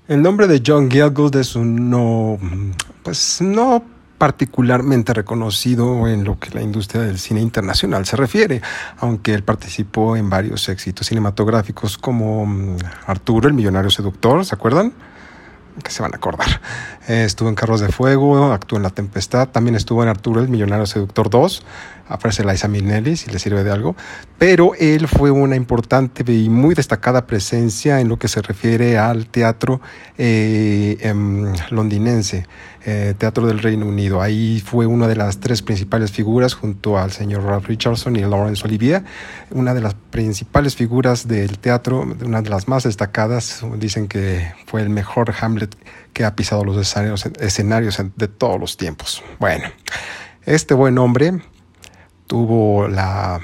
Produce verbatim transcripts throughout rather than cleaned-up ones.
El nombre de John Gielgud es un no, pues no particularmente reconocido en lo que la industria del cine internacional se refiere, aunque él participó en varios éxitos cinematográficos como Arturo, el millonario seductor, ¿se acuerdan? Que se van a acordar. Eh, estuvo en Carros de Fuego, actuó en La Tempestad, también estuvo en Arturo, el millonario seductor dos, aparece Liza Minnelli, si le sirve de algo, pero él fue una importante y muy destacada presencia en lo que se refiere al teatro eh, eh, londinense, eh, teatro del Reino Unido. Ahí fue una de las tres principales figuras junto al señor Ralph Richardson y Laurence Olivier, una de las principales figuras del teatro, una de las más destacadas. Dicen que fue el mejor Hamlet que ha pisado los escenarios, escenarios de todos los tiempos. Bueno, este buen hombre tuvo la,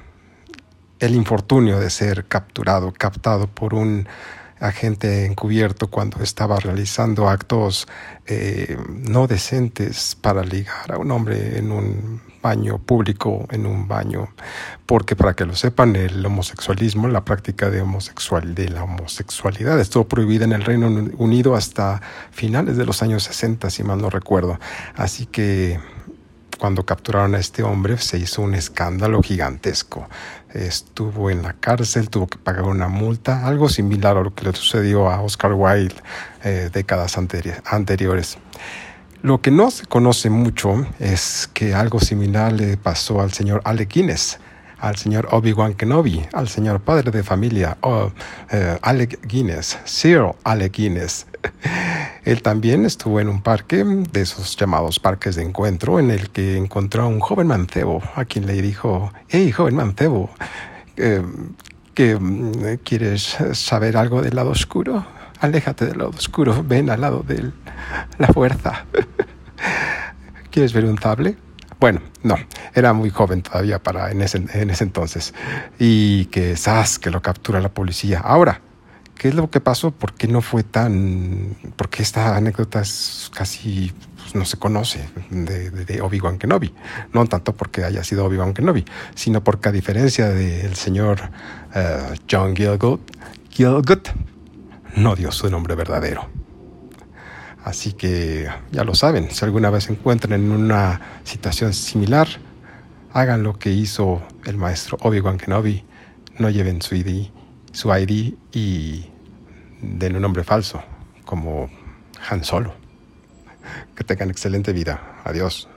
el infortunio de ser capturado, captado por un agente encubierto cuando estaba realizando actos eh, no decentes para ligar a un hombre en un baño público, en un baño, porque para que lo sepan, el homosexualismo, la práctica de, homosexual, de la homosexualidad estuvo prohibida en el Reino Unido hasta finales de los años sesenta, si mal no recuerdo. Así que cuando capturaron a este hombre se hizo un escándalo gigantesco. Estuvo en la cárcel, tuvo que pagar una multa, algo similar a lo que le sucedió a Oscar Wilde eh, décadas anteri- anteriores. Lo que no se conoce mucho es que algo similar le pasó al señor Alec Guinness, al señor Obi-Wan Kenobi, al señor padre de familia, oh, eh, Alec Guinness, Sir Alec Guinness. Él también estuvo en un parque, de esos llamados parques de encuentro, en el que encontró a un joven mancebo, a quien le dijo: «Hey, joven mancebo, eh, ¿que, ¿quieres saber algo del lado oscuro? Aléjate del lado oscuro, ven al lado de la fuerza. ¿Quieres ver un sable?». Bueno, no, era muy joven todavía para en ese, en ese entonces. Y que, ¡zas!, que lo captura la policía. Ahora, ¿qué es lo que pasó? ¿Por qué no fue tan...? ¿Por qué esta anécdota es casi pues, no se conoce de, de, de Obi-Wan Kenobi? No tanto porque haya sido Obi-Wan Kenobi, sino porque a diferencia del señor uh, John Gielgud, Gielgud no dio su nombre verdadero. Así que ya lo saben, si alguna vez se encuentran en una situación similar, hagan lo que hizo el maestro Obi-Wan Kenobi, no lleven su I D, su I D y den un nombre falso, como Han Solo. Que tengan excelente vida. Adiós.